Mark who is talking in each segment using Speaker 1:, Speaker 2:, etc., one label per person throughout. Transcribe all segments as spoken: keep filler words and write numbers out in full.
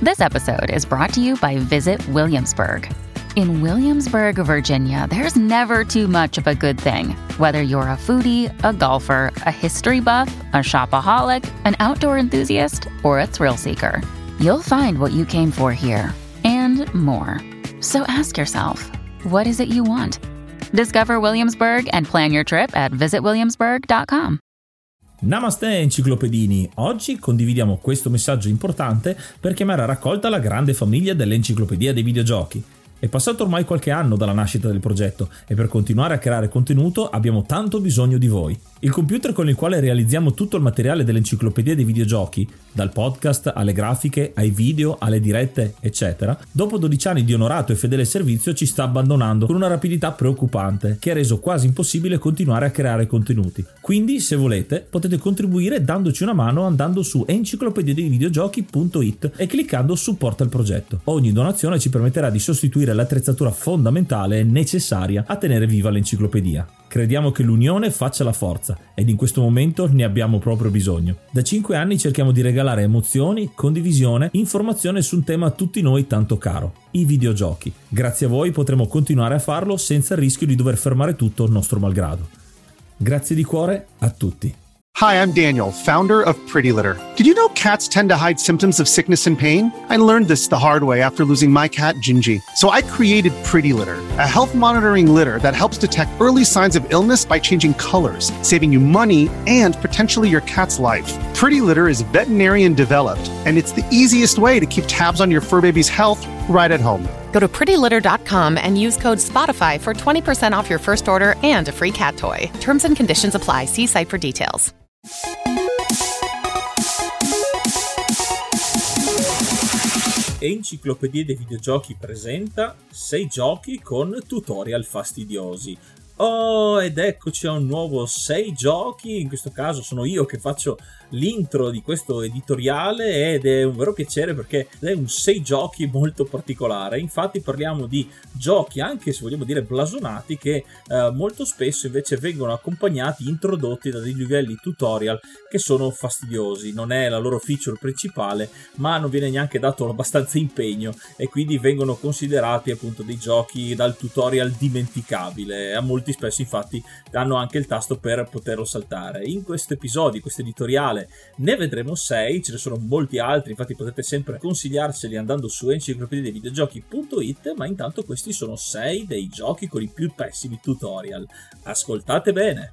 Speaker 1: This episode is brought to you by Visit Williamsburg. In Williamsburg, Virginia, there's never too much of a good thing. Whether you're a foodie, a golfer, a history buff, a shopaholic, an outdoor enthusiast, or a thrill seeker, you'll find what you came for here and more. So ask yourself, what is it you want? Discover Williamsburg and plan your trip at visit williamsburg dot com.
Speaker 2: Namaste enciclopedini, oggi condividiamo questo messaggio importante per chiamare a raccolta la grande famiglia dell'Enciclopedia dei Videogiochi. È passato ormai qualche anno dalla nascita del progetto e per continuare a creare contenuto abbiamo tanto bisogno di voi. Il computer con il quale realizziamo tutto il materiale dell'Enciclopedia dei Videogiochi, dal podcast alle grafiche, ai video, alle dirette, eccetera, dopo dodici anni di onorato e fedele servizio ci sta abbandonando con una rapidità preoccupante che ha reso quasi impossibile continuare a creare contenuti. Quindi, se volete, potete contribuire dandoci una mano andando su enciclopedia dei videogiochi punto it e cliccando supporta il progetto. Ogni donazione ci permetterà di sostituire l'attrezzatura fondamentale e necessaria a tenere viva l'enciclopedia. Crediamo che l'unione faccia la forza ed in questo momento ne abbiamo proprio bisogno. Da cinque anni cerchiamo di regalare emozioni, condivisione, informazione su un tema a tutti noi tanto caro, i videogiochi. Grazie a voi potremo continuare a farlo senza il rischio di dover fermare tutto nostro malgrado. Grazie di cuore a tutti.
Speaker 3: Hi, I'm Daniel, founder of Pretty Litter. Did you know cats tend to hide symptoms of sickness and pain? I learned this the hard way after losing my cat, Gingy. So I created Pretty Litter, a health monitoring litter that helps detect early signs of illness by changing colors, saving you money and potentially your cat's life. Pretty Litter is veterinarian developed, and it's the easiest way to keep tabs on your fur baby's health right at home.
Speaker 4: Go to pretty litter dot com and use code Spotify for twenty percent off your first order and a free cat toy. Terms and conditions apply. See site for details.
Speaker 2: Enciclopedia dei Videogiochi presenta sei giochi con tutorial fastidiosi. Oh, ed eccoci a un nuovo sei giochi, in questo caso sono io che faccio l'intro di questo editoriale ed è un vero piacere perché è un sei giochi molto particolare. Infatti parliamo di giochi, anche se vogliamo dire blasonati, che eh, molto spesso invece vengono accompagnati, introdotti da dei livelli tutorial che sono fastidiosi. Non è la loro feature principale, ma non viene neanche dato abbastanza impegno e quindi vengono considerati appunto dei giochi dal tutorial dimenticabile. A molti spesso infatti danno anche il tasto per poterlo saltare. In questo episodio, questo editoriale, ne vedremo sei, ce ne sono molti altri, infatti potete sempre consigliarseli andando su enciclopedia dei videogiochi punto it, ma intanto questi sono sei dei giochi con i più pessimi tutorial. Ascoltate bene!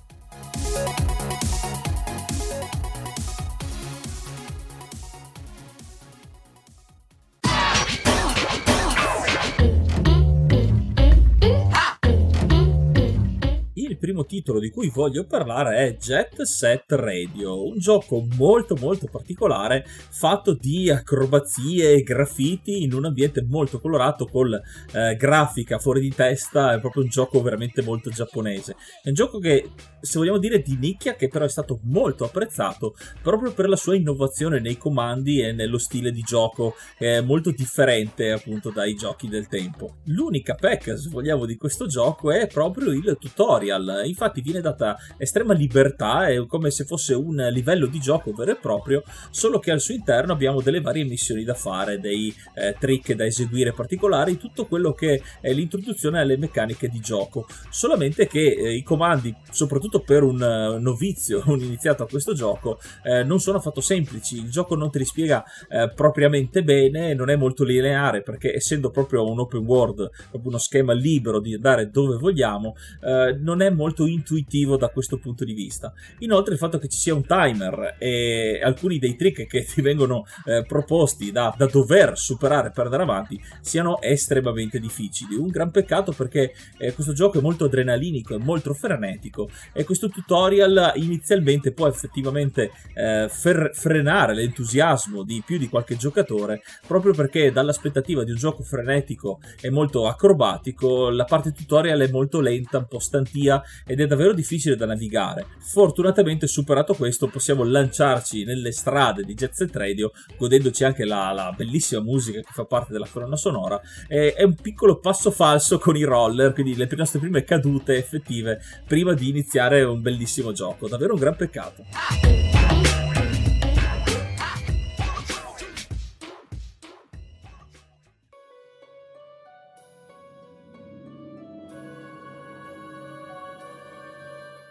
Speaker 2: Il primo titolo di cui voglio parlare è Jet Set Radio, un gioco molto molto particolare fatto di acrobazie e graffiti in un ambiente molto colorato con eh, grafica fuori di testa. È proprio un gioco veramente molto giapponese. È un gioco che, se vogliamo dire, di nicchia, che però è stato molto apprezzato proprio per la sua innovazione nei comandi e nello stile di gioco eh, molto differente appunto dai giochi del tempo. L'unica pecca, se vogliamo, di questo gioco è proprio il tutorial. Infatti viene data estrema libertà, è come se fosse un livello di gioco vero e proprio, solo che al suo interno abbiamo delle varie missioni da fare, dei eh, trick da eseguire particolari, tutto quello che è l'introduzione alle meccaniche di gioco. Solamente che eh, i comandi, soprattutto per un uh, novizio, un iniziato a questo gioco, eh, non sono affatto semplici. Il gioco non te li spiega eh, propriamente bene, non è molto lineare perché, essendo proprio un open world, proprio uno schema libero di andare dove vogliamo, eh, non è molto intuitivo da questo punto di vista. Inoltre il fatto che ci sia un timer e alcuni dei trick che ti vengono eh, proposti da, da dover superare per andare avanti siano estremamente difficili. Un gran peccato perché eh, questo gioco è molto adrenalinico, è molto frenetico e questo tutorial inizialmente può effettivamente eh, fer- frenare l'entusiasmo di più di qualche giocatore, proprio perché dall'aspettativa di un gioco frenetico e molto acrobatico la parte tutorial è molto lenta, un po' stantia ed è davvero difficile da navigare. Fortunatamente, superato questo, possiamo lanciarci nelle strade di Jet Set Radio godendoci anche la, la bellissima musica che fa parte della colonna sonora. E, è un piccolo passo falso con i roller, quindi le nostre prime cadute effettive prima di iniziare un bellissimo gioco. Davvero un gran peccato.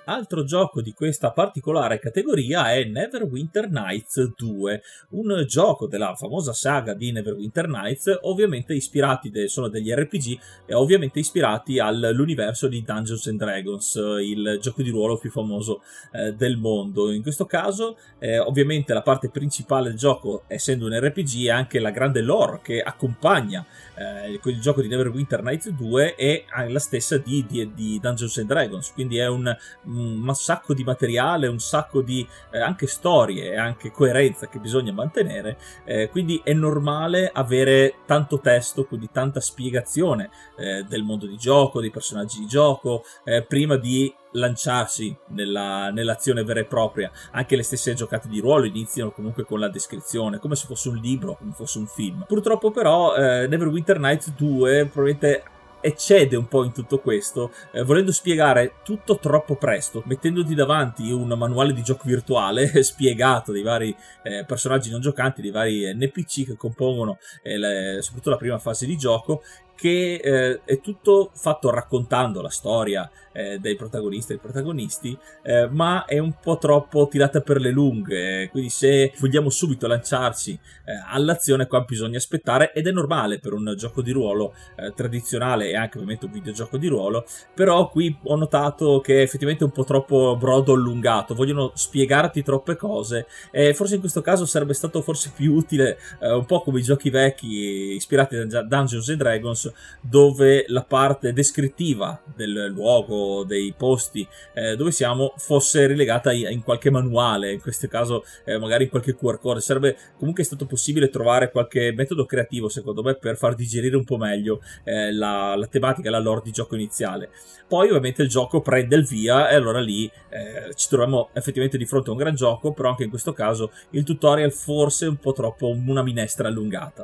Speaker 2: Altro gioco di questa particolare categoria è Neverwinter Nights due, un gioco della famosa saga di Neverwinter Nights, ovviamente ispirati, de- sono degli R P G e ovviamente ispirati all'universo di Dungeons and Dragons, il gioco di ruolo più famoso eh, del mondo. In questo caso eh, ovviamente la parte principale del gioco, essendo un R P G, è anche la grande lore che accompagna eh, il gioco di Neverwinter Nights due, è la stessa di, di, di Dungeons and Dragons, quindi è un un sacco di materiale, un sacco di eh, anche storie e anche coerenza che bisogna mantenere, eh, quindi è normale avere tanto testo, quindi tanta spiegazione eh, del mondo di gioco, dei personaggi di gioco, eh, prima di lanciarsi nella, nell'azione vera e propria. Anche le stesse giocate di ruolo iniziano comunque con la descrizione, come se fosse un libro, come fosse un film. Purtroppo però eh, Neverwinter Nights due probabilmente eccede un po' in tutto questo, eh, volendo spiegare tutto troppo presto, mettendoti davanti un manuale di gioco virtuale spiegato dei vari eh, personaggi non giocanti, dei vari N P C che compongono eh, le, soprattutto la prima fase di gioco, che eh, è tutto fatto raccontando la storia eh, dei protagonisti e dei protagonisti, eh, ma è un po' troppo tirata per le lunghe, quindi se vogliamo subito lanciarci eh, all'azione, qua bisogna aspettare, ed è normale per un gioco di ruolo eh, tradizionale e anche ovviamente un videogioco di ruolo. Però qui ho notato che effettivamente è un po' troppo brodo allungato, vogliono spiegarti troppe cose, e forse in questo caso sarebbe stato forse più utile eh, un po' come i giochi vecchi ispirati da Dungeons and Dragons, dove la parte descrittiva del luogo, dei posti eh, dove siamo fosse relegata in qualche manuale, in questo caso eh, magari in qualche Q R code. Sarebbe comunque stato possibile trovare qualche metodo creativo, secondo me, per far digerire un po' meglio eh, la, la tematica, la lore di gioco iniziale. Poi ovviamente il gioco prende il via e allora lì eh, ci troviamo effettivamente di fronte a un gran gioco, però anche in questo caso il tutorial forse è un po' troppo una minestra allungata.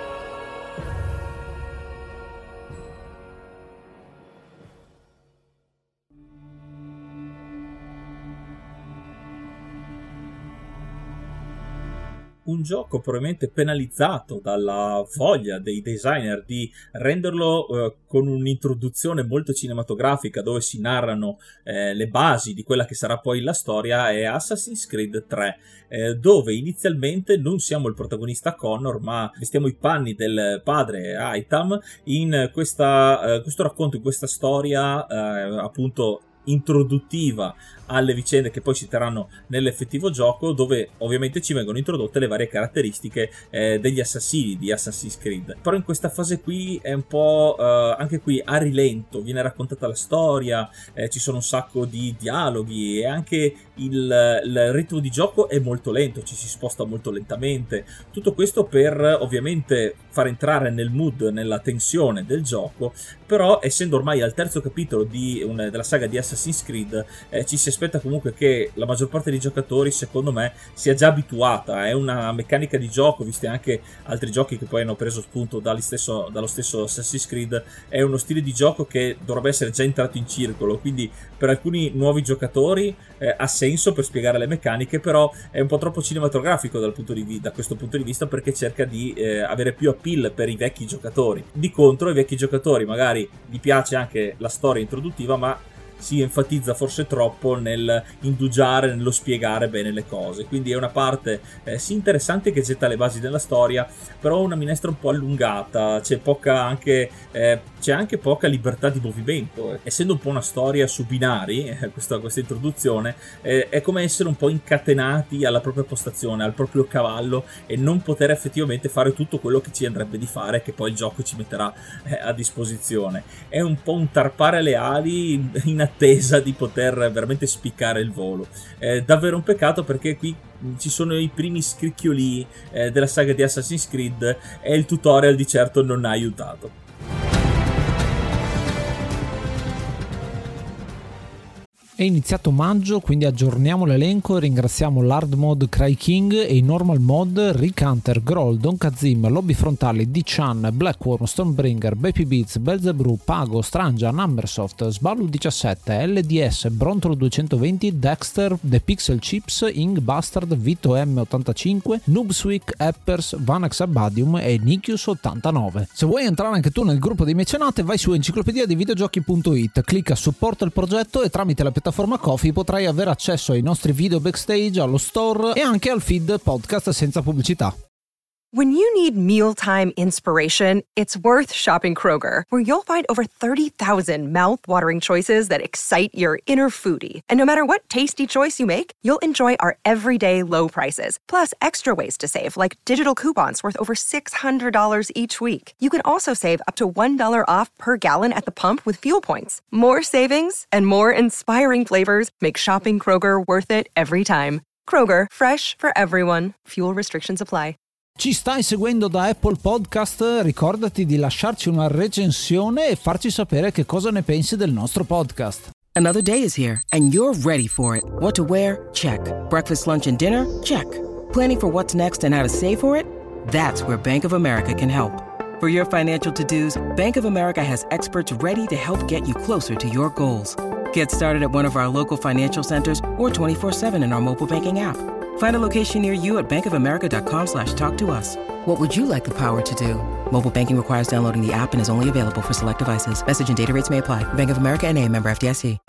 Speaker 2: Un gioco probabilmente penalizzato dalla voglia dei designer di renderlo eh, con un'introduzione molto cinematografica, dove si narrano eh, le basi di quella che sarà poi la storia, è Assassin's Creed tre, eh, dove inizialmente non siamo il protagonista Connor, ma vestiamo i panni del padre Aitam in questa, eh, questo racconto, in questa storia eh, appunto introduttiva alle vicende che poi si terranno nell'effettivo gioco, dove ovviamente ci vengono introdotte le varie caratteristiche eh, degli assassini di Assassin's Creed. Però in questa fase qui è un po' eh, anche qui a rilento, viene raccontata la storia, eh, ci sono un sacco di dialoghi e anche il, il ritmo di gioco è molto lento, ci si sposta molto lentamente. Tutto questo per ovviamente far entrare nel mood, nella tensione del gioco, però essendo ormai al terzo capitolo di un, della saga di Assassin's Creed eh, ci si aspetta comunque che la maggior parte dei giocatori, secondo me, sia già abituata. È una meccanica di gioco, visti anche altri giochi che poi hanno preso spunto stesso, dallo stesso Assassin's Creed, è uno stile di gioco che dovrebbe essere già entrato in circolo, quindi per alcuni nuovi giocatori eh, ha senso per spiegare le meccaniche, però è un po' troppo cinematografico dal punto di, da questo punto di vista, perché cerca di eh, avere più appeal per i vecchi giocatori. Di contro, i vecchi giocatori magari gli piace anche la storia introduttiva, ma si enfatizza forse troppo nel indugiare, nello spiegare bene le cose. Quindi è una parte eh, sì interessante, che getta le basi della storia, però una minestra un po' allungata, c'è poca anche eh, c'è anche poca libertà di movimento. Essendo un po' una storia su binari, eh, questa, questa introduzione eh, è come essere un po' incatenati alla propria postazione, al proprio cavallo, e non poter effettivamente fare tutto quello che ci andrebbe di fare, che poi il gioco ci metterà eh, a disposizione. È un po' un tarpare le ali in attesa di poter veramente spiccare il volo. È davvero un peccato, perché qui ci sono i primi scricchioli eh, della saga di Assassin's Creed e il tutorial di certo non ha aiutato.
Speaker 5: È iniziato maggio, quindi aggiorniamo l'elenco e ringraziamo l'Hard Mode Cry King e i Normal Mode Rick Hunter, Groll, Don Kazim, Lobby Frontali, D-Chan, Blackworm, Stormbringer, Baby Beats, Belzebrew, Pago, Strangia, Numbersoft, Sballu diciassette, L D S, Brontolo duecentoventi, Dexter, The Pixel Chips, Ing Bastard, Vito M ottantacinque, Noobswick, Eppers, Vanax Abadium e Nikius ottantanove. Se vuoi entrare anche tu nel gruppo dei mecenate, vai su enciclopedia dei videogiochi punto it, clicca supporta il progetto e tramite la piattaforma piattaforma Ko-fi potrai avere accesso ai nostri video backstage, allo store e anche al feed podcast senza pubblicità.
Speaker 6: When you need mealtime inspiration, it's worth shopping Kroger, where you'll find over thirty thousand mouth-watering choices that excite your inner foodie. And no matter what tasty choice you make, you'll enjoy our everyday low prices, plus extra ways to save, like digital coupons worth over six hundred dollars each week. You can also save up to one dollar off per gallon at the pump with fuel points. More savings and more inspiring flavors make shopping Kroger worth it every time. Kroger, fresh for everyone. Fuel restrictions apply.
Speaker 5: Ci stai seguendo da Apple Podcast? Ricordati di lasciarci una recensione e farci sapere che cosa ne pensi del nostro podcast.
Speaker 7: Another day is here and you're ready for it. What to wear? Check. Breakfast, lunch and dinner? Check. Planning for what's next and how to save for it? That's where Bank of America can help. For your financial to-dos, Bank of America has experts ready to help get you closer to your goals. Get started at one of our local financial centers or twenty-four seven in our mobile banking app. Find a location near you at bankofamerica.com slash talk to us. What would you like the power to do? Mobile banking requires downloading the app and is only available for select devices. Message and data rates may apply. Bank of America N A, member F D I C.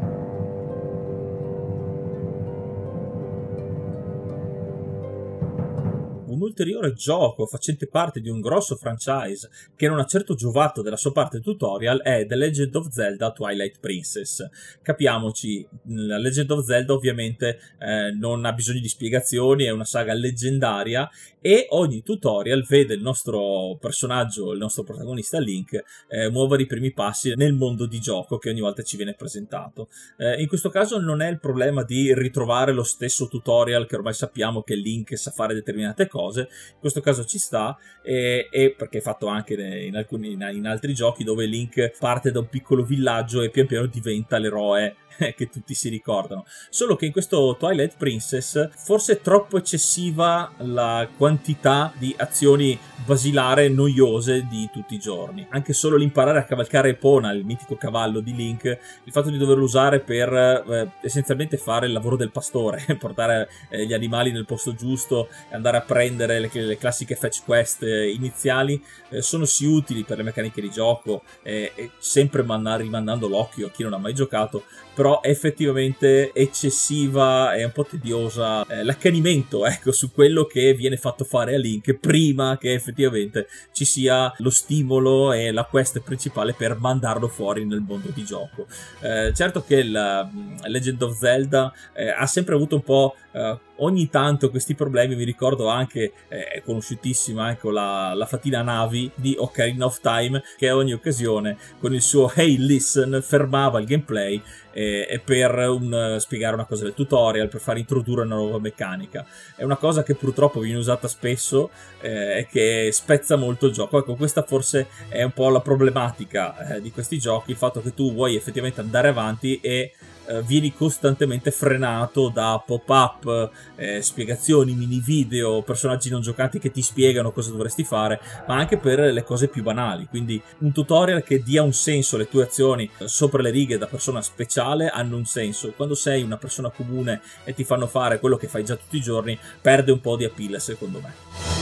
Speaker 2: Un ulteriore gioco facente parte di un grosso franchise che non ha certo giovato della sua parte tutorial è The Legend of Zelda Twilight Princess. Capiamoci, la Legend of Zelda ovviamente eh, non ha bisogno di spiegazioni, è una saga leggendaria e ogni tutorial vede il nostro personaggio, il nostro protagonista Link, eh, muovere i primi passi nel mondo di gioco che ogni volta ci viene presentato. Eh, in questo caso non è il problema di ritrovare lo stesso tutorial che ormai sappiamo che Link sa fare determinate cose. In questo caso ci sta e, e perché è fatto anche in alcuni in altri giochi dove Link parte da un piccolo villaggio e pian piano diventa l'eroe che tutti si ricordano. Solo che in questo Twilight Princess forse è troppo eccessiva la quantità di azioni basilare noiose di tutti i giorni. Anche solo l'imparare a cavalcare Epona, il mitico cavallo di Link, il fatto di doverlo usare per eh, essenzialmente fare il lavoro del pastore, portare eh, gli animali nel posto giusto e andare a prendere le, le classiche fetch quest eh, iniziali, eh, sono sì utili per le meccaniche di gioco eh, e sempre man- rimandando l'occhio a chi non ha mai giocato, però è effettivamente eccessiva e un po' tediosa eh, l'accanimento ecco su quello che viene fatto fare a Link prima che effettivamente ci sia lo stimolo e la quest principale per mandarlo fuori nel mondo di gioco. Eh, certo che la Legend of Zelda eh, ha sempre avuto un po' eh, ogni tanto questi problemi. Mi ricordo anche, eh, è conosciutissima ecco la, la fatina Navi di Ocarina of Time, che a ogni occasione con il suo Hey Listen fermava il gameplay e, e per un, spiegare una cosa del tutorial, per far introdurre una nuova meccanica. È una cosa che purtroppo viene usata spesso eh, e che spezza molto il gioco. Ecco, questa forse è un po' la problematica eh, di questi giochi, il fatto che tu vuoi effettivamente andare avanti e eh, vieni costantemente frenato da pop-up, eh, spiegazioni, mini video, personaggi non giocanti che ti spiegano cosa dovresti fare, ma anche per le cose più banali. Quindi un tutorial che dia un senso alle tue azioni sopra le righe da persona speciale hanno un senso. Quando sei una persona comune e ti fanno fare quello che fai già tutti i giorni, perde un po' di appeal secondo me.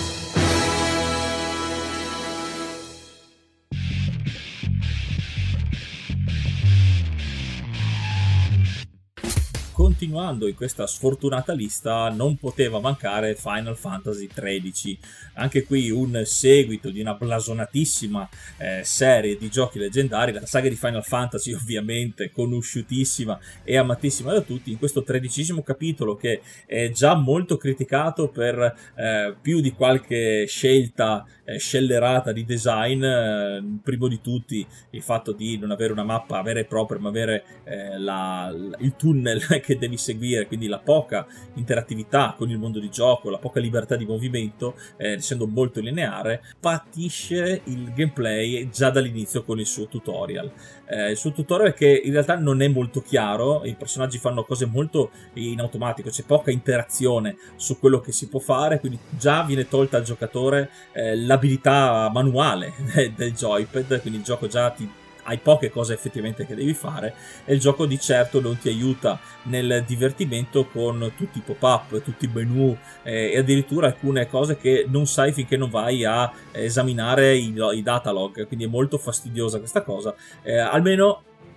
Speaker 2: Continuando in questa sfortunata lista, non poteva mancare Final Fantasy tredici. Anche qui un seguito di una blasonatissima eh, serie di giochi leggendari, la saga di Final Fantasy ovviamente conosciutissima e amatissima da tutti. In questo tredicesimo capitolo, che è già molto criticato per eh, più di qualche scelta eh, scellerata di design, eh, primo di tutti il fatto di non avere una mappa vera e propria, ma avere eh, la, il tunnel che devi seguire, quindi la poca interattività con il mondo di gioco, la poca libertà di movimento, eh, essendo molto lineare, patisce il gameplay già dall'inizio con il suo tutorial. Eh, il suo tutorial che in realtà non è molto chiaro, i personaggi fanno cose molto in automatico, c'è poca interazione su quello che si può fare, quindi già viene tolta al giocatore eh, l'abilità manuale del joypad, quindi il gioco già ti hai poche cose effettivamente che devi fare e il gioco di certo non ti aiuta nel divertimento con tutti i pop-up, tutti i menu eh, e addirittura alcune cose che non sai finché non vai a esaminare i, i datalog, quindi è molto fastidiosa questa cosa. Eh, almeno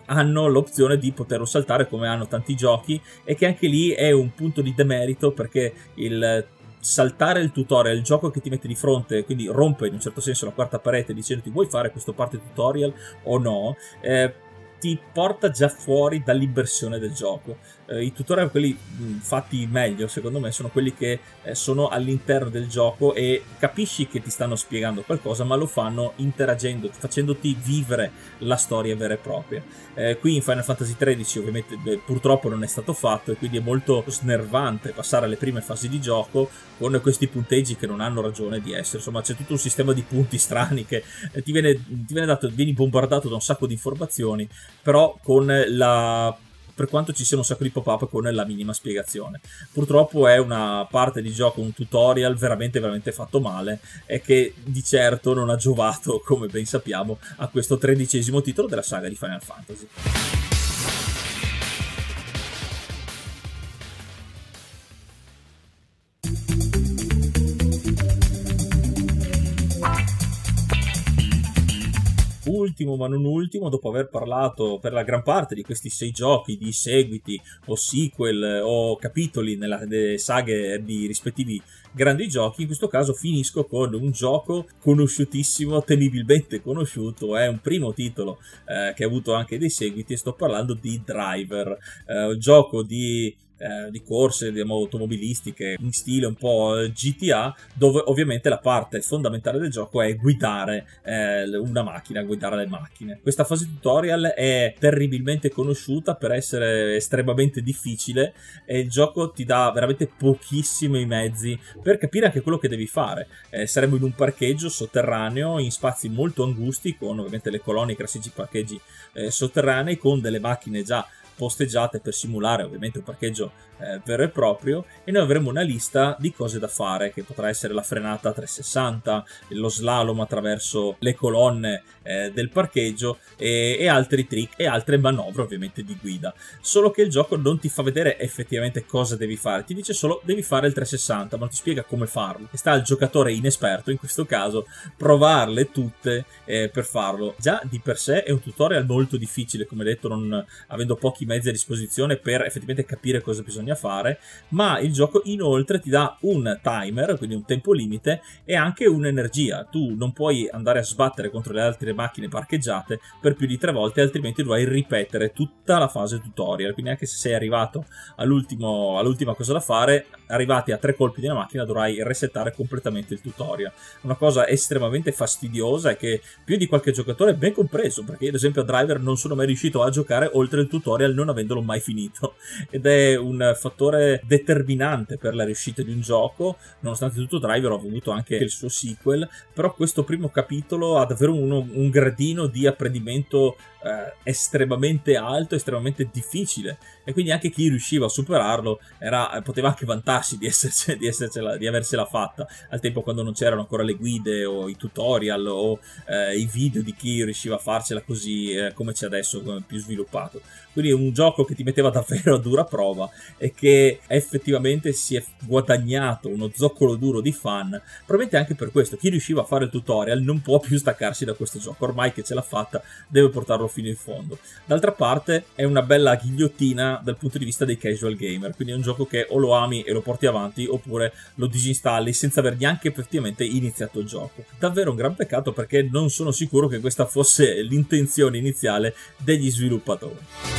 Speaker 2: hanno l'opzione di poterlo saltare come hanno tanti giochi, e che anche lì è un punto di demerito, perché il saltare il tutorial, il gioco che ti mette di fronte, quindi rompe in un certo senso la quarta parete dicendoti vuoi fare questo parte tutorial o no, eh, ti porta già fuori dall'immersione del gioco. Eh, I tutorial, quelli mh, fatti meglio secondo me, sono quelli che eh, sono all'interno del gioco e capisci che ti stanno spiegando qualcosa, ma lo fanno interagendo, facendoti vivere la storia vera e propria. Eh, qui in Final Fantasy tredici ovviamente beh, purtroppo non è stato fatto, e quindi è molto snervante passare alle prime fasi di gioco con questi punteggi che non hanno ragione di essere. Insomma, c'è tutto un sistema di punti strani che eh, ti, viene, ti viene dato, vieni bombardato da un sacco di informazioni, però con la... per quanto ci siano un sacco di pop-up con la minima spiegazione. Purtroppo è una parte di gioco, un tutorial veramente veramente fatto male, e che di certo non ha giovato, come ben sappiamo, a questo tredicesimo titolo della saga di Final Fantasy. Ultimo ma non ultimo, dopo aver parlato per la gran parte di questi sei giochi, di seguiti o sequel o capitoli nella, nelle saghe di rispettivi grandi giochi, in questo caso finisco con un gioco conosciutissimo, temibilmente conosciuto, è un primo titolo eh, che ha avuto anche dei seguiti, e sto parlando di Driver, eh, un gioco di Eh, di corse di automobilistiche in stile un po' G T A, dove ovviamente la parte fondamentale del gioco è guidare eh, una macchina, guidare le macchine. Questa fase tutorial è terribilmente conosciuta per essere estremamente difficile, e il gioco ti dà veramente pochissimi mezzi per capire anche quello che devi fare. Eh, saremo in un parcheggio sotterraneo in spazi molto angusti, con ovviamente le colonne, i classici parcheggi eh, sotterranei, con delle macchine già posteggiate per simulare ovviamente un parcheggio eh, vero e proprio, e noi avremo una lista di cose da fare, che potrà essere la frenata a trecentosessanta, lo slalom attraverso le colonne eh, del parcheggio, e, e altri trick e altre manovre ovviamente di guida. Solo che il gioco non ti fa vedere effettivamente cosa devi fare, ti dice solo devi fare il trecentosessanta, ma non ti spiega come farlo, e sta al giocatore inesperto in questo caso provarle tutte eh, per farlo. Già di per sé è un tutorial molto difficile, come detto, non avendo pochi mezzi a disposizione per effettivamente capire cosa bisogna fare, ma il gioco inoltre ti dà un timer, quindi un tempo limite, e anche un'energia. Tu non puoi andare a sbattere contro le altre macchine parcheggiate per più di tre volte, altrimenti dovrai ripetere tutta la fase tutorial. Quindi anche se sei arrivato all'ultimo, all'ultima cosa da fare, arrivati a tre colpi di una macchina dovrai resettare completamente il tutorial. Una cosa estremamente fastidiosa, e che più di qualche giocatore, ben compreso, perché io ad esempio a Driver non sono mai riuscito a giocare oltre il tutorial non avendolo mai finito, ed è un fattore determinante per la riuscita di un gioco. Nonostante tutto Driver ha avuto anche il suo sequel, però questo primo capitolo ha davvero uno, un gradino di apprendimento eh, estremamente alto, estremamente difficile, e quindi anche chi riusciva a superarlo era, poteva anche vantarsi di, esserci, di, essercela, di avercela fatta al tempo, quando non c'erano ancora le guide o i tutorial o eh, i video di chi riusciva a farcela così eh, come c'è adesso, come più sviluppato. Quindi è un gioco che ti metteva davvero a dura prova, e che effettivamente si è guadagnato uno zoccolo duro di fan, probabilmente anche per questo chi riusciva a fare il tutorial non può più staccarsi da questo gioco, ormai che ce l'ha fatta deve portarlo fino in fondo. D'altra parte è una bella ghigliottina dal punto di vista dei casual gamer, quindi è un gioco che o lo ami e lo porti avanti, oppure lo disinstalli senza aver neanche effettivamente iniziato il gioco. Davvero un gran peccato, perché non sono sicuro che questa fosse l'intenzione iniziale degli sviluppatori.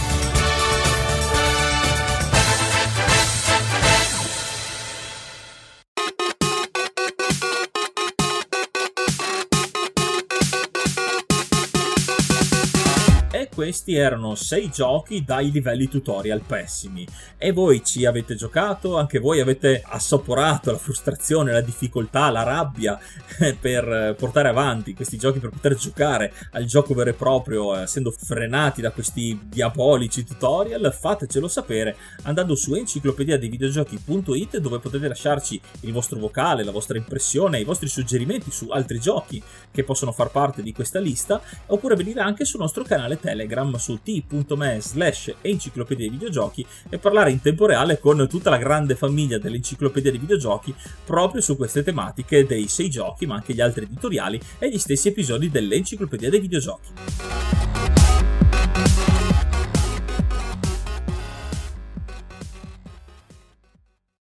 Speaker 2: Questi erano sei giochi dai livelli tutorial pessimi, e voi ci avete giocato? Anche voi avete assaporato la frustrazione, la difficoltà, la rabbia per portare avanti questi giochi, per poter giocare al gioco vero e proprio, essendo frenati da questi diabolici tutorial? Fatecelo sapere andando su enciclopedia dei videogiochi punto it, dove potete lasciarci il vostro vocale, la vostra impressione, i vostri suggerimenti su altri giochi che possono far parte di questa lista, oppure venire anche sul nostro canale Telegram su t.me slash enciclopedia dei videogiochi e parlare in tempo reale con tutta la grande famiglia dell'enciclopedia dei videogiochi proprio su queste tematiche dei sei giochi, ma anche gli altri editoriali e gli stessi episodi dell'enciclopedia dei videogiochi.